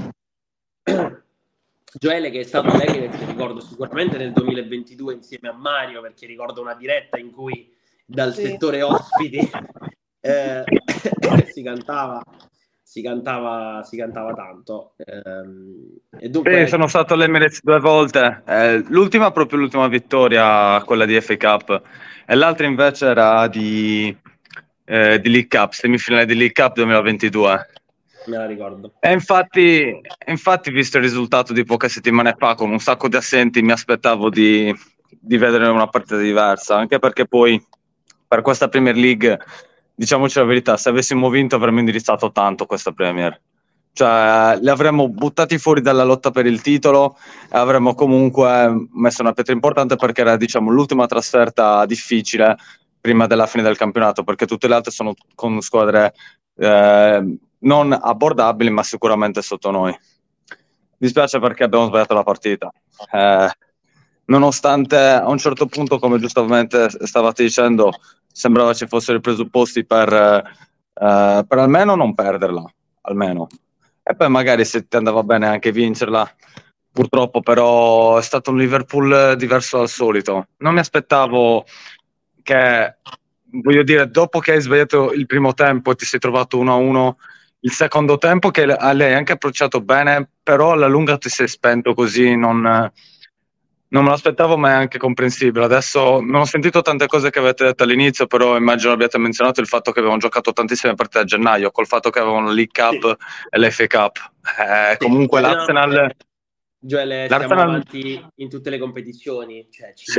A: Gioele che è stato all'Emirates, ricordo sicuramente nel 2022 insieme a Mario, perché ricordo una diretta in cui dal settore ospiti si cantava tanto. E
D: Sì,
A: dunque,
D: sono stato all'Emirates 2 volte. Proprio l'ultima vittoria, quella di FA Cup, e l'altra invece era di League Cup, semifinale di League Cup 2022.
A: me la ricordo.
D: E infatti, visto il risultato di poche settimane fa, con un sacco di assenti, mi aspettavo di vedere una partita diversa, anche perché poi per questa Premier League, diciamoci la verità, se avessimo vinto avremmo indirizzato tanto questa Premier. Cioè, li avremmo buttati fuori dalla lotta per il titolo e avremmo comunque messo una pietra importante, perché era, diciamo, l'ultima trasferta difficile prima della fine del campionato, perché tutte le altre sono con squadre non abbordabili, ma sicuramente sotto noi. Dispiace perché abbiamo sbagliato la partita. Nonostante a un certo punto, come giustamente stavate dicendo, sembrava ci fossero i presupposti per almeno non perderla, almeno. E poi magari se ti andava bene anche vincerla. Purtroppo però è stato un Liverpool diverso dal solito. Non mi aspettavo che, voglio dire, dopo che hai sbagliato il primo tempo e ti sei trovato 1-1, il secondo tempo che lei ha anche approcciato bene, però alla lunga ti sei spento così, non me l'aspettavo, ma è anche comprensibile. Adesso non ho sentito tante cose che avete detto all'inizio, però immagino abbiate menzionato il fatto che avevano giocato tantissime partite a gennaio, col fatto che avevano la League Cup e l'FA Cup. Comunque l'Arsenal...
A: Gioele, stiamo avanti in tutte le competizioni, cioè
D: sì.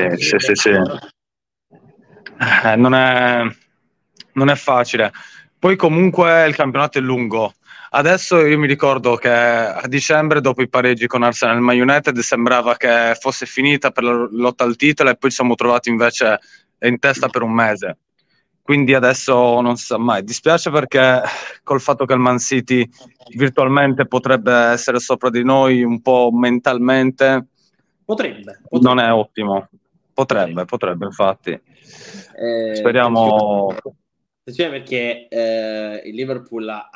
D: Non è facile. Poi comunque il campionato è lungo. Adesso io mi ricordo che a dicembre, dopo i pareggi con Arsenal e Man United, sembrava che fosse finita per la lotta al titolo, e poi ci siamo trovati invece in testa per un mese. Quindi adesso non si sa mai. Dispiace perché col fatto che il Man City virtualmente potrebbe essere sopra di noi un po' mentalmente,
A: potrebbe.
D: non è ottimo. Potrebbe infatti. Speriamo.
A: Attenzione perché il Liverpool ha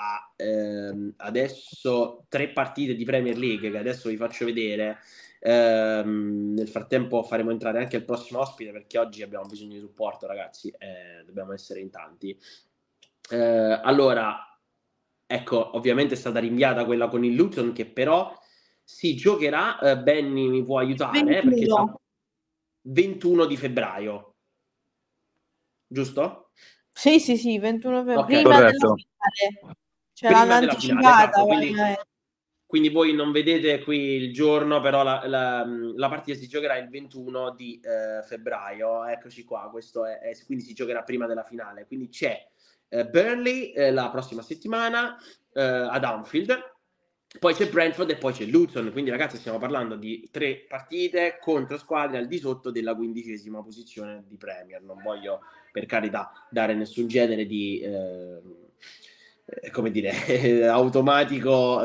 A: adesso 3 partite di Premier League che adesso vi faccio vedere. Nel frattempo faremo entrare anche il prossimo ospite, perché oggi abbiamo bisogno di supporto, ragazzi, dobbiamo essere in tanti. Allora, ecco, ovviamente è stata rinviata quella con il Luton, che però si giocherà. Benny mi può aiutare, perché 21 di febbraio, giusto?
C: Sì, 21 febbraio,
A: Okay.
C: prima della
D: Corretto.
C: finale. Cioè
A: Prima
C: l'hanno
A: della finale,
C: anticipata.
A: esatto, quindi voi non vedete qui il giorno, però la partita si giocherà il 21 di febbraio. Eccoci qua, questo quindi si giocherà prima della finale. Quindi c'è Burnley la prossima settimana ad Anfield, poi c'è Brentford e poi c'è Luton. Quindi ragazzi, stiamo parlando di 3 partite contro squadre al di sotto della 15ª posizione di Premier. Non voglio, per carità, dare nessun genere di come dire automatico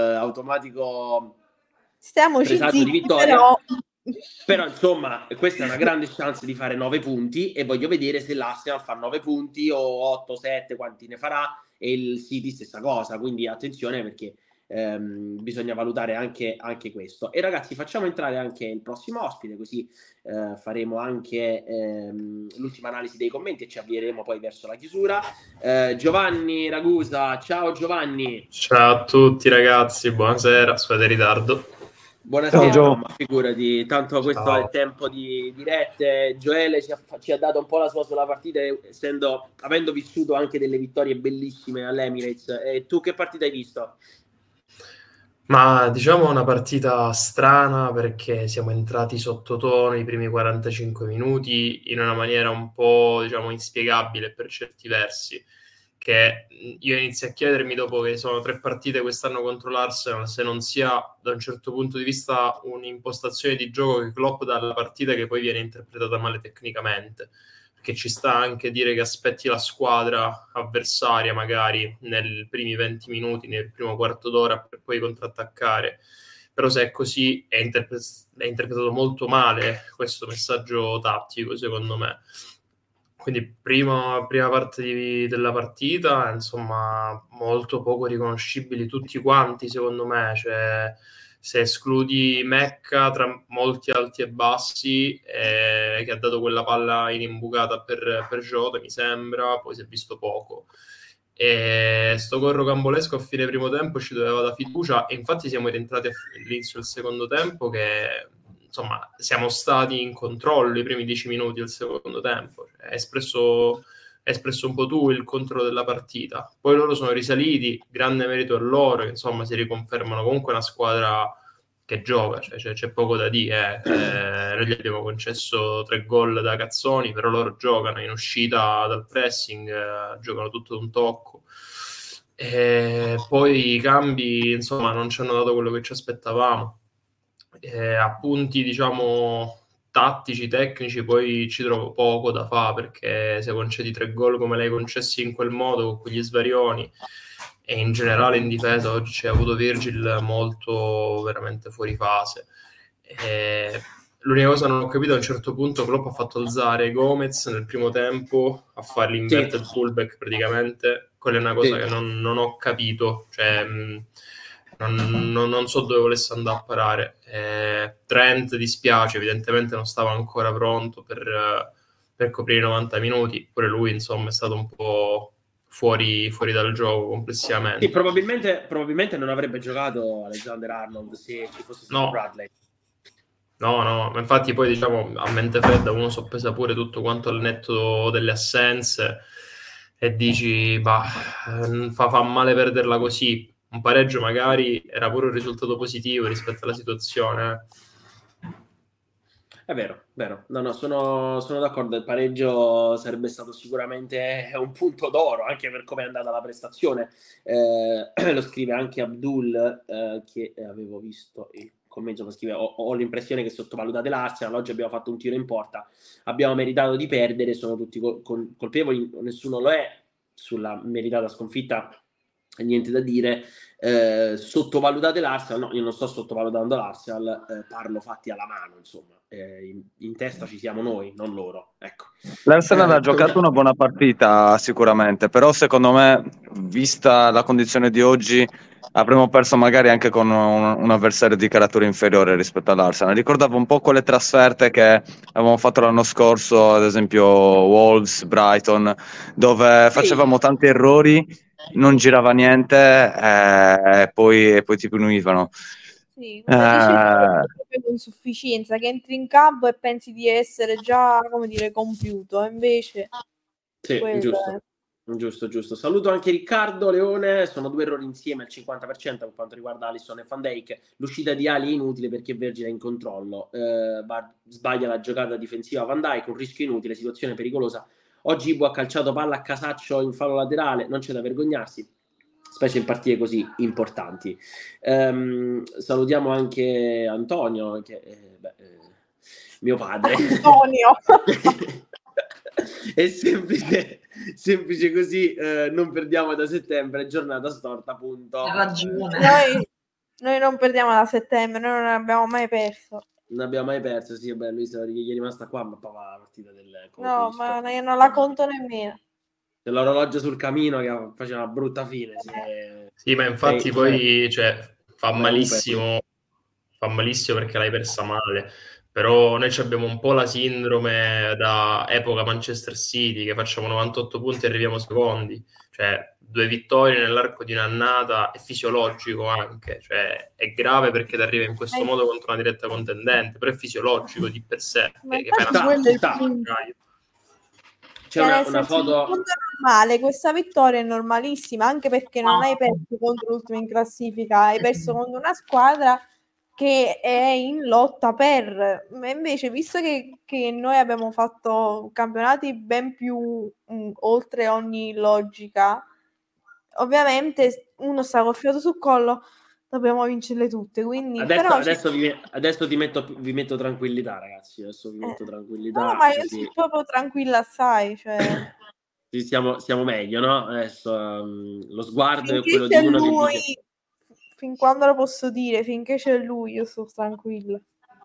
C: stiamoci
A: presagio di
C: zitti,
A: vittoria,
C: però
A: insomma questa è una grande chance di fare 9 punti, e voglio vedere se l'Arsenal fa 9 punti o 8, 7, quanti ne farà, e il City stessa cosa. Quindi attenzione, perché bisogna valutare anche questo. E ragazzi, facciamo entrare anche il prossimo ospite, così faremo anche l'ultima analisi dei commenti e ci avvieremo poi verso la chiusura. Giovanni Ragusa, ciao Giovanni.
E: Ciao a tutti ragazzi, buonasera, scusate il ritardo.
A: Buonasera,
D: Ciao,
A: ma figurati, tanto questo è il tempo di dirette. Gioele ci ha dato un po' la sua sulla partita, avendo vissuto anche delle vittorie bellissime all'Emirates. E tu che partita hai visto?
E: Ma diciamo una partita strana, perché siamo entrati sottotono i primi 45 minuti in una maniera un po', diciamo, inspiegabile per certi versi, che io inizio a chiedermi, dopo che sono 3 partite quest'anno contro l'Arsenal, se non sia da un certo punto di vista un'impostazione di gioco che Klopp dà alla partita, che poi viene interpretata male tecnicamente. Che ci sta anche dire che aspetti la squadra avversaria magari nei primi 20 minuti, nel primo quarto d'ora, per poi contrattaccare. Però se è così è interpretato molto male questo messaggio tattico, secondo me. Quindi prima parte della partita, insomma, molto poco riconoscibili tutti quanti, secondo me. Cioè, se escludi Mecca, tra molti alti e bassi, che ha dato quella palla in imbucata per Jota, mi sembra, poi si è visto poco. e sto gol rocambolesco a fine primo tempo ci doveva da fiducia, e infatti siamo rientrati all'inizio del secondo tempo che insomma siamo stati in controllo i primi 10 minuti del secondo tempo. Hai espresso un po' tu il controllo della partita, poi loro sono risaliti, grande merito a loro, che insomma si riconfermano comunque una squadra che gioca, cioè, c'è poco da dire. Noi gli abbiamo concesso 3 gol da cazzoni, però loro giocano in uscita dal pressing, giocano tutto d'un tocco. E poi i cambi, insomma, non ci hanno dato quello che ci aspettavamo. Appunti, diciamo, tattici, tecnici, poi ci trovo poco da fare, perché se concedi 3 gol come l'hai concessi in quel modo, con quegli svarioni, e in generale in difesa oggi c'è avuto Virgil molto veramente fuori fase. L'unica cosa non ho capito, a un certo punto Klopp ha fatto alzare Gomez nel primo tempo a fare l'inverted fullback praticamente. Quella è una cosa che non ho capito, cioè non so dove volesse andare a parare. Trent dispiace, evidentemente non stava ancora pronto per coprire i 90 minuti, pure lui insomma è stato un po' fuori dal gioco complessivamente.
A: Sì, probabilmente non avrebbe giocato Alexander-Arnold se ci fosse stato Bradley.
E: No, ma infatti poi diciamo a mente fredda uno soppesa pure tutto quanto al netto delle assenze e dici fa male perderla così. Un pareggio magari era pure un risultato positivo rispetto alla situazione.
A: È vero. No, sono d'accordo. Il pareggio sarebbe stato sicuramente un punto d'oro anche per come è andata la prestazione. Lo scrive anche Abdul, che avevo visto il commento, lo scrive: ho l'impressione che sottovalutate l'Arsenal, oggi abbiamo fatto un tiro in porta, abbiamo meritato di perdere, sono tutti colpevoli, nessuno lo è. Sulla meritata sconfitta niente da dire. Sottovalutate l'Arsenal? No, io non sto sottovalutando l'Arsenal, parlo fatti alla mano, insomma. In testa ci siamo noi, non loro, ecco.
D: L'Arsenal ha giocato una buona partita sicuramente, però secondo me, vista la condizione di oggi, avremmo perso magari anche con un avversario di caratura inferiore rispetto all'Arsenal. Ricordavo un po' quelle trasferte che avevamo fatto l'anno scorso, ad esempio Wolves, Brighton, dove facevamo tanti errori, non girava niente e poi ti punivano.
C: Sì, proprio con sufficienza, che entri in campo e pensi di essere già, come dire, compiuto, invece
A: sì, giusto. Saluto anche Riccardo Leone, sono 2 errori insieme al 50% per quanto riguarda Alisson e Van Dijk. L'uscita di Ali è inutile perché Virgil è in controllo, sbaglia la giocata difensiva Van Dijk, un rischio inutile, situazione pericolosa. Oggi Ibu ha calciato palla a casaccio in fallo laterale, non c'è da vergognarsi, specie in partite così importanti. Salutiamo anche Antonio, che mio padre.
C: Antonio!
A: È semplice così, non perdiamo da settembre, giornata storta, appunto.
C: Noi non perdiamo da settembre, noi non abbiamo mai perso.
A: Non abbiamo mai perso, sì, beh, lui gli è rimasta qua, ma poi la partita del...
C: No, ma io non la conto nemmeno.
A: L'orologio sul camino che faceva una brutta fine.
E: Sì, ma infatti poi fa malissimo perché l'hai persa male. Però noi abbiamo un po' la sindrome da epoca Manchester City, che facciamo 98 punti e arriviamo secondi. Cioè, 2 vittorie nell'arco di un'annata è fisiologico anche. Cioè, è grave perché ti arriva in questo modo contro una diretta contendente, però è fisiologico di per sé.
A: C'è una foto...
C: normale, questa vittoria è normalissima, anche perché non hai perso contro l'ultima in classifica, hai perso contro una squadra che è in lotta per, invece visto che noi abbiamo fatto campionati ben più oltre ogni logica, ovviamente uno sta col fiato sul collo, dobbiamo vincerle tutte, quindi
A: adesso vi metto tranquillità, ragazzi, adesso vi metto tranquillità.
C: No, ma io sono proprio tranquilla assai, cioè
A: siamo meglio, no? Adesso lo sguardo
C: finché
A: è quello
C: c'è
A: di uno
C: lui,
A: che dice...
C: fin quando lo posso dire, finché c'è lui io sto tranquilla.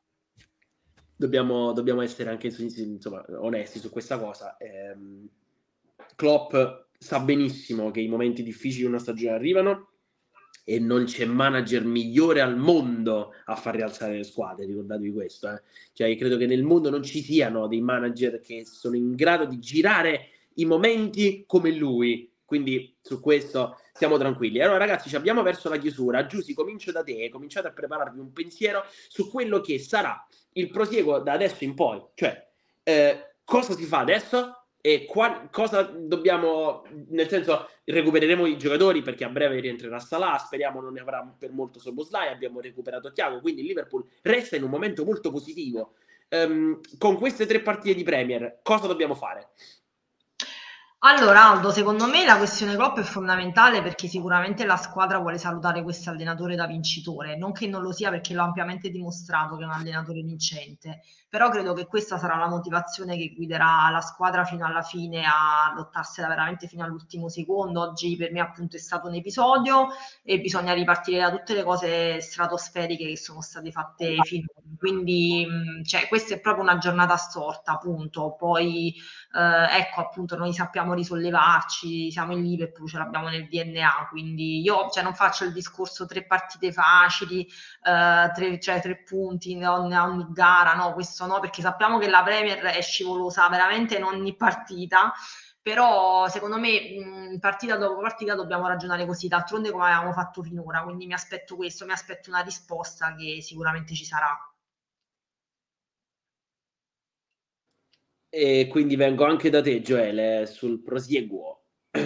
A: Dobbiamo essere anche insomma, onesti su questa cosa. Klopp sa benissimo che i momenti difficili di una stagione arrivano e non c'è manager migliore al mondo a far rialzare le squadre, ricordatevi questo. Cioè, credo che nel mondo non ci siano dei manager che sono in grado di girare i momenti come lui, quindi su questo siamo tranquilli. Allora ragazzi, ci abbiamo verso la chiusura. Giusy, comincio da te, cominciate a prepararvi un pensiero su quello che sarà il prosieguo da adesso in poi, cioè cosa si fa adesso e cosa dobbiamo, nel senso, recupereremo i giocatori perché a breve rientrerà Salah, speriamo non ne avrà per molto Szoboszlai, abbiamo recuperato Thiago, quindi il Liverpool resta in un momento molto positivo. Con queste 3 partite di Premier cosa dobbiamo fare?
B: Allora Aldo, secondo me la questione Klopp è fondamentale perché sicuramente la squadra vuole salutare questo allenatore da vincitore, non che non lo sia perché l'ho ampiamente dimostrato che è un allenatore vincente, però credo che questa sarà la motivazione che guiderà la squadra fino alla fine a lottarsela veramente fino all'ultimo secondo. Oggi per me appunto è stato un episodio e bisogna ripartire da tutte le cose stratosferiche che sono state fatte finora, quindi cioè, questa è proprio una giornata storta, appunto. Poi ecco appunto noi sappiamo risollevarci, siamo in Liverpool, ce l'abbiamo nel DNA, quindi io non faccio il discorso 3 partite facili, 3 punti in ogni gara, no, questo no, perché sappiamo che la Premier è scivolosa veramente in ogni partita, però secondo me partita dopo partita dobbiamo ragionare così, d'altronde come avevamo fatto finora, quindi mi aspetto questo, mi aspetto una risposta che sicuramente ci sarà.
A: E quindi vengo anche da te, Gioele, sul prosieguo.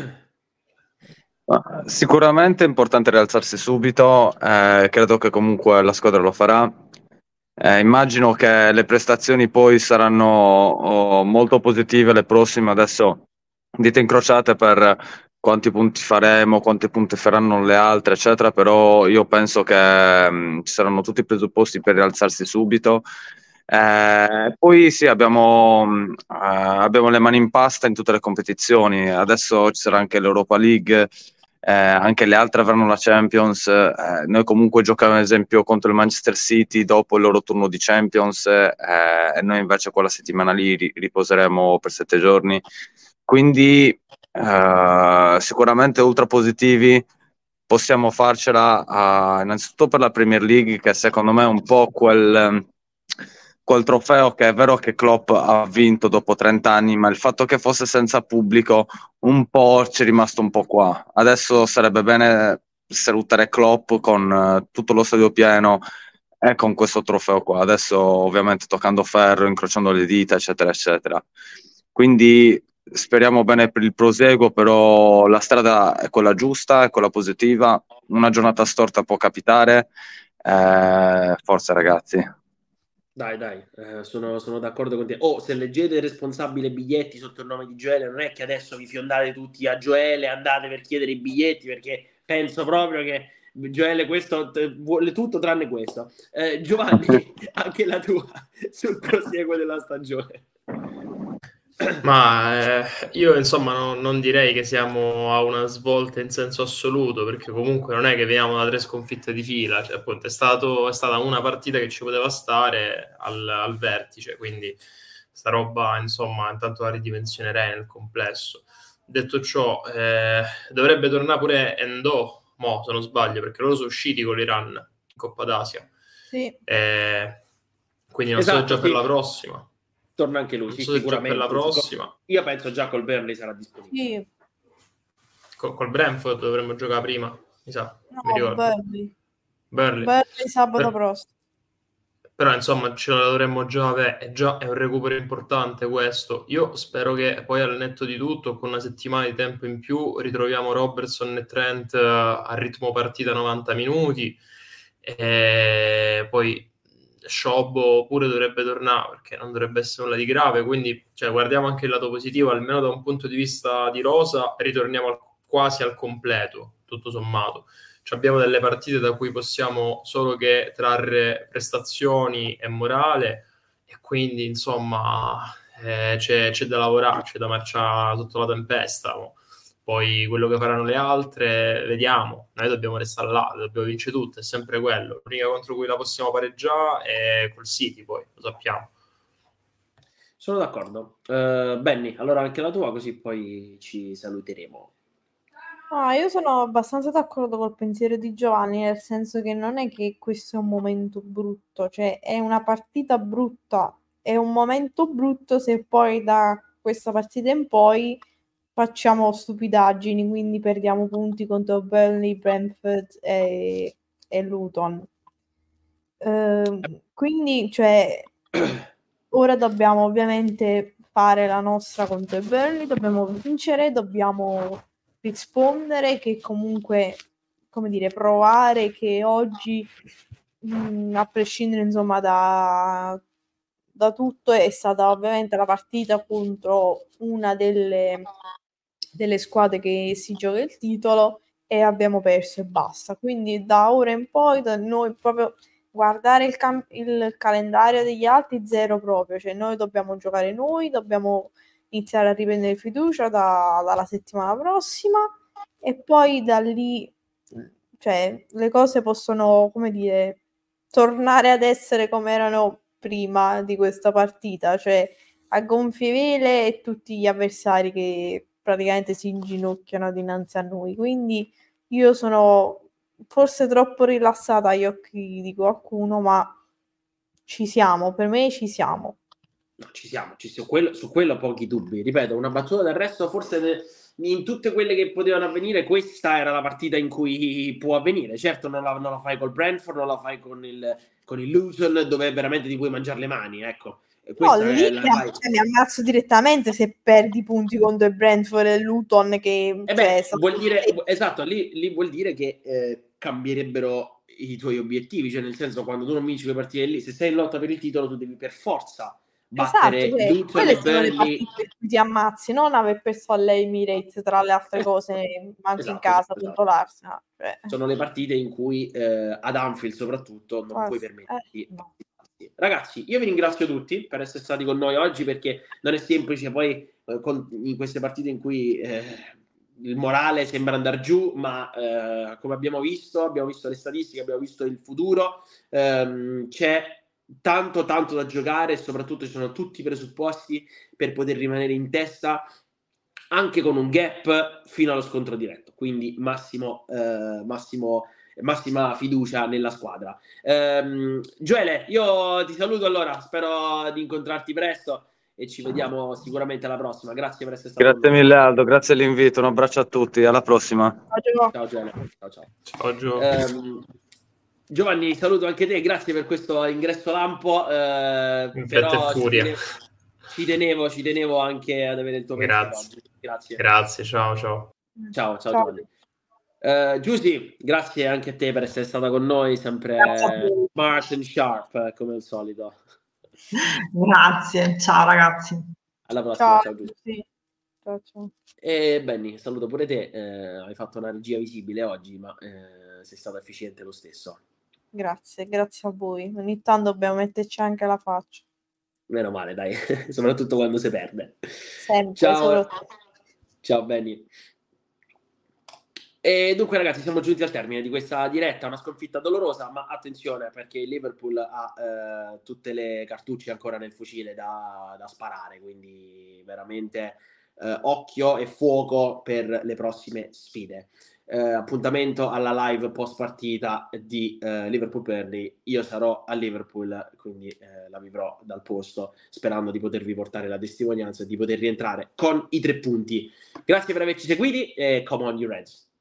D: Sicuramente è importante rialzarsi subito, credo che comunque la squadra lo farà. Immagino che le prestazioni poi saranno molto positive le prossime, adesso dita incrociate per quanti punti faremo, quanti punti faranno le altre, eccetera, però io penso che ci saranno tutti i presupposti per rialzarsi subito. Poi sì, abbiamo le mani in pasta in tutte le competizioni, adesso ci sarà anche l'Europa League, anche le altre avranno la Champions, noi comunque giochiamo ad esempio contro il Manchester City dopo il loro turno di Champions, e noi invece quella settimana lì riposeremo per 7 giorni, quindi sicuramente ultra positivi, possiamo farcela innanzitutto per la Premier League, che secondo me è un po' quel trofeo che è vero che Klopp ha vinto dopo 30 anni, ma il fatto che fosse senza pubblico un po' ci è rimasto un po' qua. Adesso sarebbe bene salutare Klopp con tutto lo stadio pieno e con questo trofeo qua. Adesso ovviamente toccando ferro, incrociando le dita, eccetera, eccetera. Quindi speriamo bene per il proseguo, però la strada è quella giusta, è quella positiva. Una giornata storta può capitare. Forza ragazzi.
A: Dai, sono d'accordo con te. Se leggete responsabile biglietti sotto il nome di Gioele, non è che adesso vi fiondate tutti a Gioele, andate per chiedere i biglietti, perché penso proprio che Gioele questo vuole tutto tranne questo. Giovanni, anche la tua sul prosieguo della stagione.
E: Ma io insomma non direi che siamo a una svolta in senso assoluto, perché comunque non è che veniamo da 3 sconfitte di fila, cioè appunto è stata una partita che ci poteva stare al vertice, quindi sta roba insomma intanto la ridimensionerei nel complesso. Detto ciò, dovrebbe tornare pure Endo, se non sbaglio, perché loro sono usciti con l'Iran in Coppa d'Asia.
C: Sì.
E: Quindi non so già per la prossima.
A: Torna anche lui,
E: non
A: sì,
E: so se già
A: sicuramente.
E: per la prossima.
A: Io penso già col Burnley sarà disponibile.
C: Sì.
E: Col Brentford dovremmo giocare prima, mi sa.
C: No,
E: mi ricordo. Burnley
C: sabato prossimo.
E: Però insomma ce la dovremmo già avere, è un recupero importante questo. Io spero che poi al netto di tutto, con una settimana di tempo in più, ritroviamo Robertson e Trent a ritmo partita 90 minuti, e poi Sciobbo pure dovrebbe tornare, perché non dovrebbe essere nulla di grave, quindi guardiamo anche il lato positivo, almeno da un punto di vista di rosa, ritorniamo quasi al completo, tutto sommato. Abbiamo delle partite da cui possiamo solo che trarre prestazioni e morale, e quindi insomma c'è da lavorare, c'è da marciare sotto la tempesta. Poi quello che faranno le altre vediamo, noi dobbiamo restare là, dobbiamo vincere tutte, è sempre quello. L'unica contro cui la possiamo pareggiare è col City, poi lo sappiamo.
A: Sono d'accordo. Benny, allora anche la tua, così poi ci saluteremo.
C: Io sono abbastanza d'accordo col pensiero di Giovanni, nel senso che non è che questo è un momento brutto, cioè è una partita brutta, è un momento brutto se poi da questa partita in poi facciamo stupidaggini, quindi perdiamo punti contro Burnley, Brentford e Luton. Quindi, cioè, ora dobbiamo ovviamente fare la nostra contro il Burnley, dobbiamo vincere, dobbiamo rispondere, che comunque, come dire, provare che oggi, a prescindere insomma da tutto, è stata ovviamente la partita contro una delle squadre che si gioca il titolo e abbiamo perso e basta. Quindi da ora in poi noi proprio guardare il calendario degli altri zero proprio, cioè noi dobbiamo giocare noi, dobbiamo iniziare a riprendere fiducia dalla settimana prossima e poi da lì, cioè, le cose possono, come dire, tornare ad essere come erano prima di questa partita, cioè a gonfie vele e tutti gli avversari che praticamente si inginocchiano dinanzi a noi. Quindi io sono forse troppo rilassata agli occhi di qualcuno, ma ci siamo, per me ci siamo.
A: No, ci siamo, su quello pochi dubbi. Ripeto, una battuta del resto, forse in tutte quelle che potevano avvenire, questa era la partita in cui può avvenire. Certo, non la fai col Brentford, non la fai con il Luton, dove veramente ti puoi mangiare le mani, ecco.
C: No, lì mi ammazzo direttamente se perdi punti contro il Brentford e il Luton, che
A: vuol dire, esatto, lì vuol dire che cambierebbero i tuoi obiettivi, cioè nel senso, quando tu non vinci le partite lì, se sei in lotta per il titolo, tu devi per forza battere Luton
C: quelle
A: e
C: sono le
A: Burnley.
C: partite per cui ti ammazzi, non aver perso all'Emirates, tra le altre cose, anche in casa contro l'Arsenal.
A: Sono le partite in cui ad Anfield soprattutto non puoi permetterti.
C: No.
A: Ragazzi, io vi ringrazio tutti per essere stati con noi oggi, perché non è semplice poi in queste partite in cui il morale sembra andare giù, ma come abbiamo visto le statistiche, abbiamo visto il futuro, c'è tanto da giocare e soprattutto ci sono tutti i presupposti per poter rimanere in testa anche con un gap fino allo scontro diretto, quindi massima fiducia nella squadra. Gioele, io ti saluto, allora spero di incontrarti presto e ci vediamo sicuramente alla prossima. Grazie per essere stato
D: con noi. Grazie mille Aldo, grazie dell'invito, un abbraccio a tutti, alla prossima.
A: Ciao Gioele.
E: Ciao Gio.
A: Giovanni, saluto anche te, grazie per questo ingresso lampo,
E: però
A: ci tenevo anche ad avere il tuo pensiero oggi.
E: Grazie, ciao
A: Giovanni. Giusy, grazie anche a te per essere stata con noi, sempre smart and sharp come al solito.
B: Grazie, ciao ragazzi.
A: Alla prossima, ciao
C: Giusy. Ciao.
A: E Benny, saluto pure te, hai fatto una regia visibile oggi, ma sei stato efficiente lo stesso.
C: Grazie a voi. Ogni tanto dobbiamo metterci anche la faccia.
A: Meno male, dai, soprattutto quando si perde.
C: Sempre,
A: ciao Benny. E dunque ragazzi, siamo giunti al termine di questa diretta, una sconfitta dolorosa, ma attenzione, perché il Liverpool ha tutte le cartucce ancora nel fucile da sparare, quindi veramente occhio e fuoco per le prossime sfide. Appuntamento alla live post partita di Liverpool-Burnley. Io sarò a Liverpool, quindi la vivrò dal posto, sperando di potervi portare la testimonianza e di poter rientrare con i 3 punti. Grazie per averci seguiti e come on you Reds.